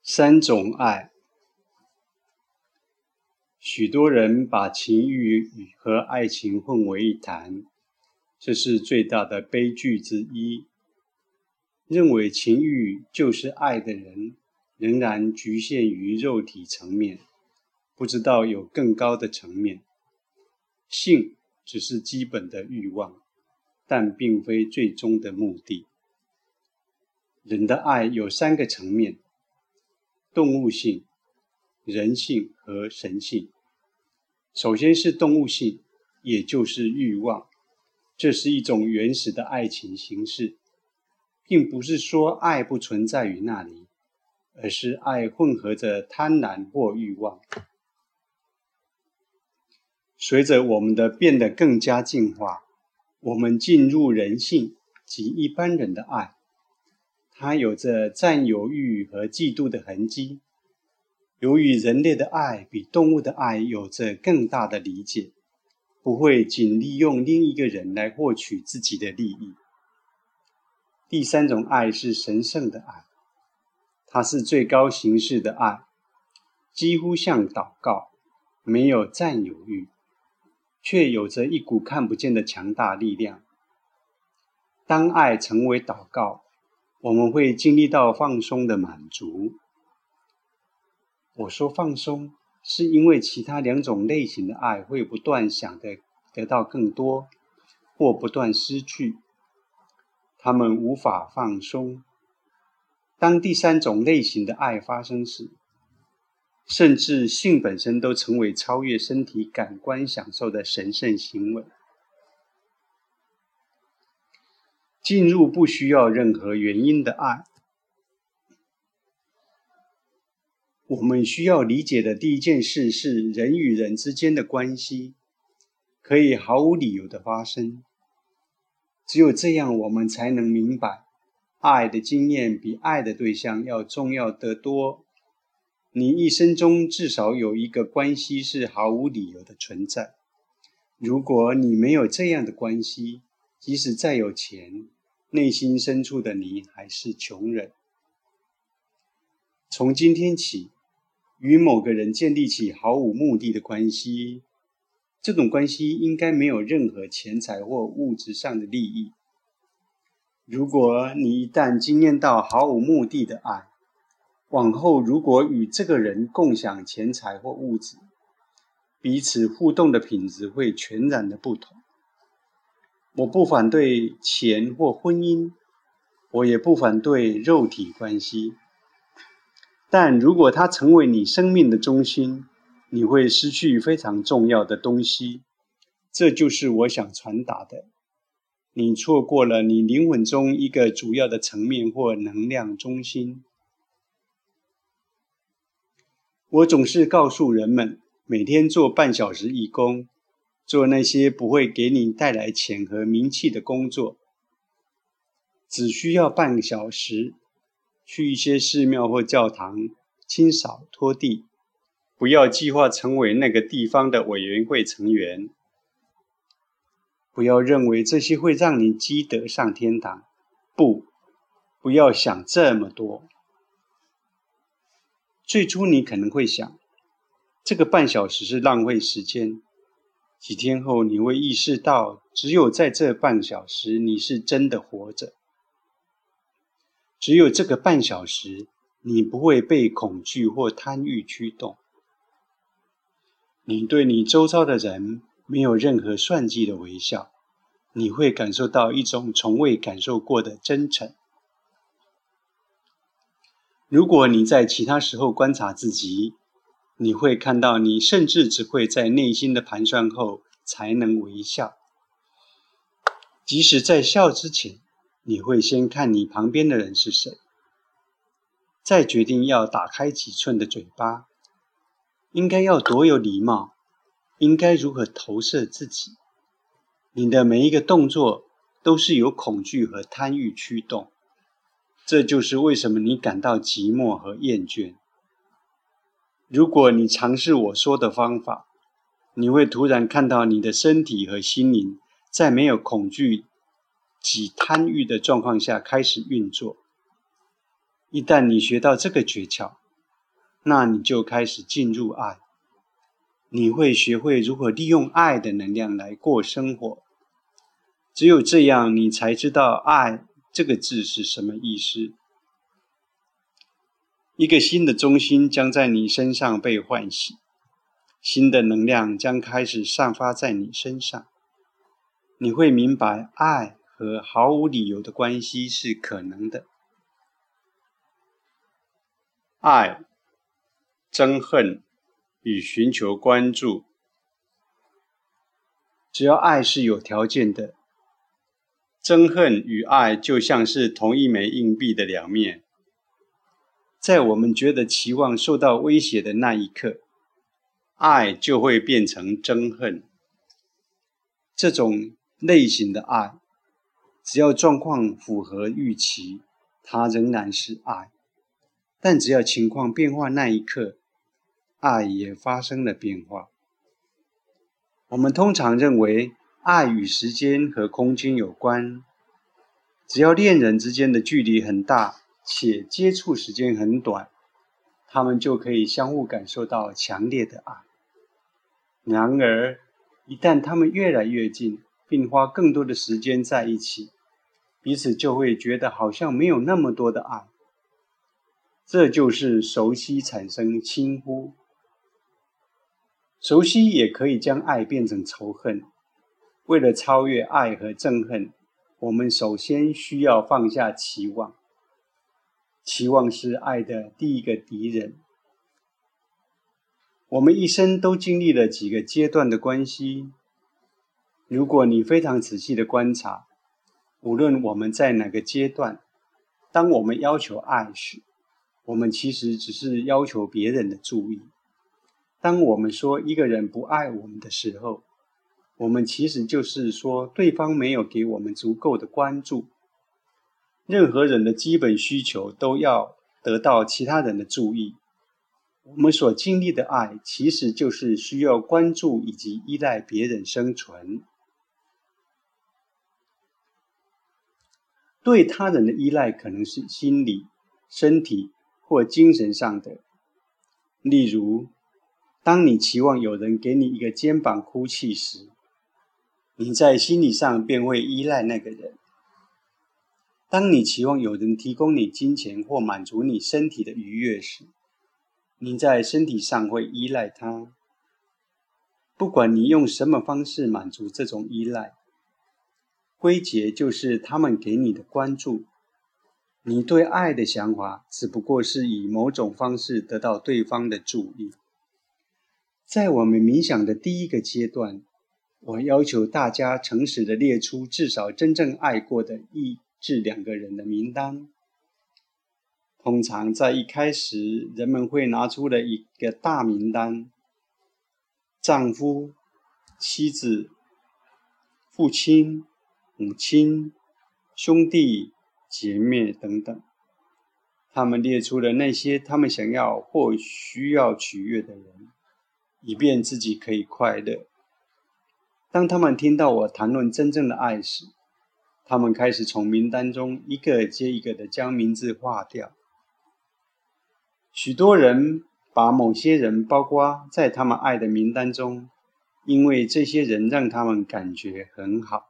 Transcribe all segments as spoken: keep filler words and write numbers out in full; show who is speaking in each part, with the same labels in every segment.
Speaker 1: 三种爱。许多人把情欲和爱情混为一谈，这是最大的悲剧之一。认为情欲就是爱的人，仍然局限于肉体层面，不知道有更高的层面。性只是基本的欲望，但并非最终的目的。人的爱有三个层面：动物性、人性和神性。首先是动物性，也就是欲望，这是一种原始的爱情形式，并不是说爱不存在于那里，而是爱混合着贪婪或欲望。随着我们的变得更加进化，我们进入人性及一般人的爱，它有着占有欲和嫉妒的痕迹。由于人类的爱比动物的爱有着更大的理解，不会仅利用另一个人来获取自己的利益。第三种爱是神圣的爱，它是最高形式的爱，几乎像祷告，没有占有欲，却有着一股看不见的强大力量。当爱成为祷告，我们会经历到放松的满足。我说放松，是因为其他两种类型的爱会不断想的得到更多，或不断失去，他们无法放松。当第三种类型的爱发生时，甚至性本身都成为超越身体感官享受的神圣行为。进入不需要任何原因的爱。我们需要理解的第一件事是人与人之间的关系可以毫无理由的发生。只有这样，我们才能明白，爱的经验比爱的对象要重要得多。你一生中至少有一个关系是毫无理由的存在。如果你没有这样的关系，即使再有钱，内心深处的你还是穷人。从今天起，与某个人建立起毫无目的的关系，这种关系应该没有任何钱财或物质上的利益。如果你一旦经验到毫无目的的爱，往后如果与这个人共享钱财或物质，彼此互动的品质会全然的不同。我不反对钱或婚姻，我也不反对肉体关系，但如果它成为你生命的中心，你会失去非常重要的东西。这就是我想传达的。你错过了你灵魂中一个主要的层面或能量中心。我总是告诉人们，每天做半小时义工，做那些不会给你带来钱和名气的工作。只需要半个小时，去一些寺庙或教堂清扫拖地，不要计划成为那个地方的委员会成员。不要认为这些会让你积德上天堂，不，不要想这么多。最初你可能会想，这个半小时是浪费时间。几天后你会意识到，只有在这半小时你是真的活着。只有这个半小时，你不会被恐惧或贪欲驱动。你对你周遭的人没有任何算计的微笑，你会感受到一种从未感受过的真诚。如果你在其他时候观察自己，你会看到你甚至只会在内心的盘算后才能微笑。即使在笑之前，你会先看你旁边的人是谁，再决定要打开几寸的嘴巴，应该要多有礼貌，应该如何投射自己。你的每一个动作都是由恐惧和贪欲驱动，这就是为什么你感到寂寞和厌倦。如果你尝试我说的方法，你会突然看到你的身体和心灵在没有恐惧及贪欲的状况下开始运作。一旦你学到这个诀窍， 那你就开始进入爱，你会学会如何利用爱的能量来过生活。只有这样，你才知道爱这个字是什么意思。一个新的中心将在你身上被唤醒，新的能量将开始散发在你身上。你会明白，爱和毫无理由的关系是可能的。爱、憎恨与寻求关注，只要爱是有条件的，憎恨与爱就像是同一枚硬币的两面。在我们觉得期望受到威胁的那一刻，爱就会变成憎恨。这种类型的爱，只要状况符合预期，它仍然是爱。但只要情况变化那一刻，爱也发生了变化。我们通常认为爱与时间和空间有关，只要恋人之间的距离很大，且接触时间很短，他们就可以相互感受到强烈的爱。然而，一旦他们越来越近，并花更多的时间在一起，彼此就会觉得好像没有那么多的爱。这就是熟悉产生轻忽。熟悉也可以将爱变成仇恨。为了超越爱和憎恨，我们首先需要放下期望。期望是爱的第一个敌人。我们一生都经历了几个阶段的关系。如果你非常仔细的观察，无论我们在哪个阶段，当我们要求爱时，我们其实只是要求别人的注意。当我们说一个人不爱我们的时候，我们其实就是说对方没有给我们足够的关注。任何人的基本需求都要得到其他人的注意。我们所经历的爱，其实就是需要关注以及依赖别人生存。对他人的依赖可能是心理、身体或精神上的。例如，当你期望有人给你一个肩膀哭泣时，你在心理上便会依赖那个人。当你期望有人提供你金钱或满足你身体的愉悦时，你在身体上会依赖他。不管你用什么方式满足这种依赖，归结就是他们给你的关注。你对爱的想法只不过是以某种方式得到对方的注意。在我们冥想的第一个阶段，我要求大家诚实地列出至少真正爱过的一至两个人的名单。通常在一开始，人们会拿出了一个大名单：丈夫、妻子、父亲、母亲、兄弟、姐妹等等。他们列出了那些他们想要或需要取悦的人，以便自己可以快乐。当他们听到我谈论真正的爱时，他们开始从名单中一个接一个地将名字划掉。许多人把某些人包括在他们爱的名单中，因为这些人让他们感觉很好。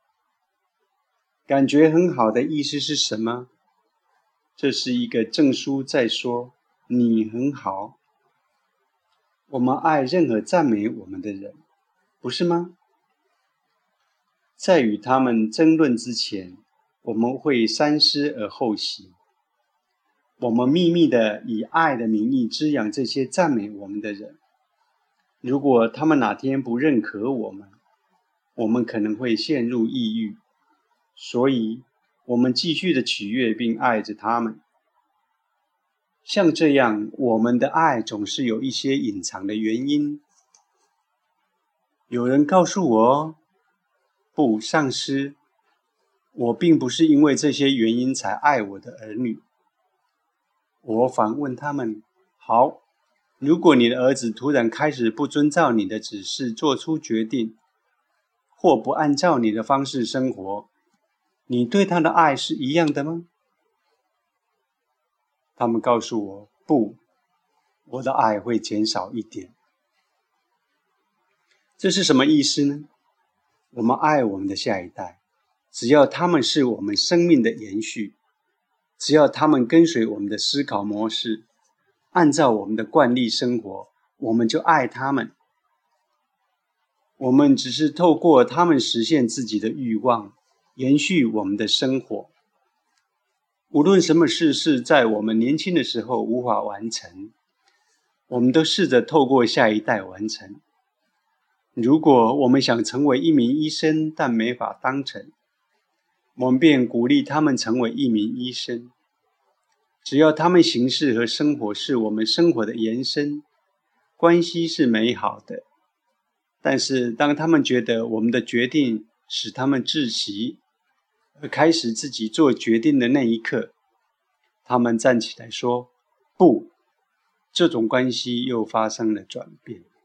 Speaker 1: 感觉很好的意思是什么？这是一个证书在说你很好。我们爱任何赞美我们的人，不是吗？在与他们争论之前，我们会三思而后行。我们秘密地以爱的名义滋养这些赞美我们的人。如果他们哪天不认可我们，我们可能会陷入抑郁。所以，我们继续地取悦并爱着他们。像这样，我们的爱总是有一些隐藏的原因。有人告诉我，不，上师，我并不是因为这些原因才爱我的儿女。我反问他们，好，如果你的儿子突然开始不遵照你的指示做出决定，或不按照你的方式生活，你对他的爱是一样的吗？他们告诉我，不， 我的爱会减少一点。这是什么意思呢？我们爱我们的下一代，只要他们是我们生命的延续，只要他们跟随我们的思考模式，按照我们的惯例生活，我们就爱他们。我们只是透过他们实现自己的欲望，延续我们的生活。无论什么事是在我们年轻的时候无法完成，我们都试着透过下一代完成。如果我们想成为一名医生，但没法当成，我们便鼓励他们成为一名医生。只要他们行事和生活是我们生活的延伸，关系是美好的。但是当他们觉得我们的决定使他们窒息，而开始自己做决定的那一刻，他们站起来说不，这种关系又发生了转变。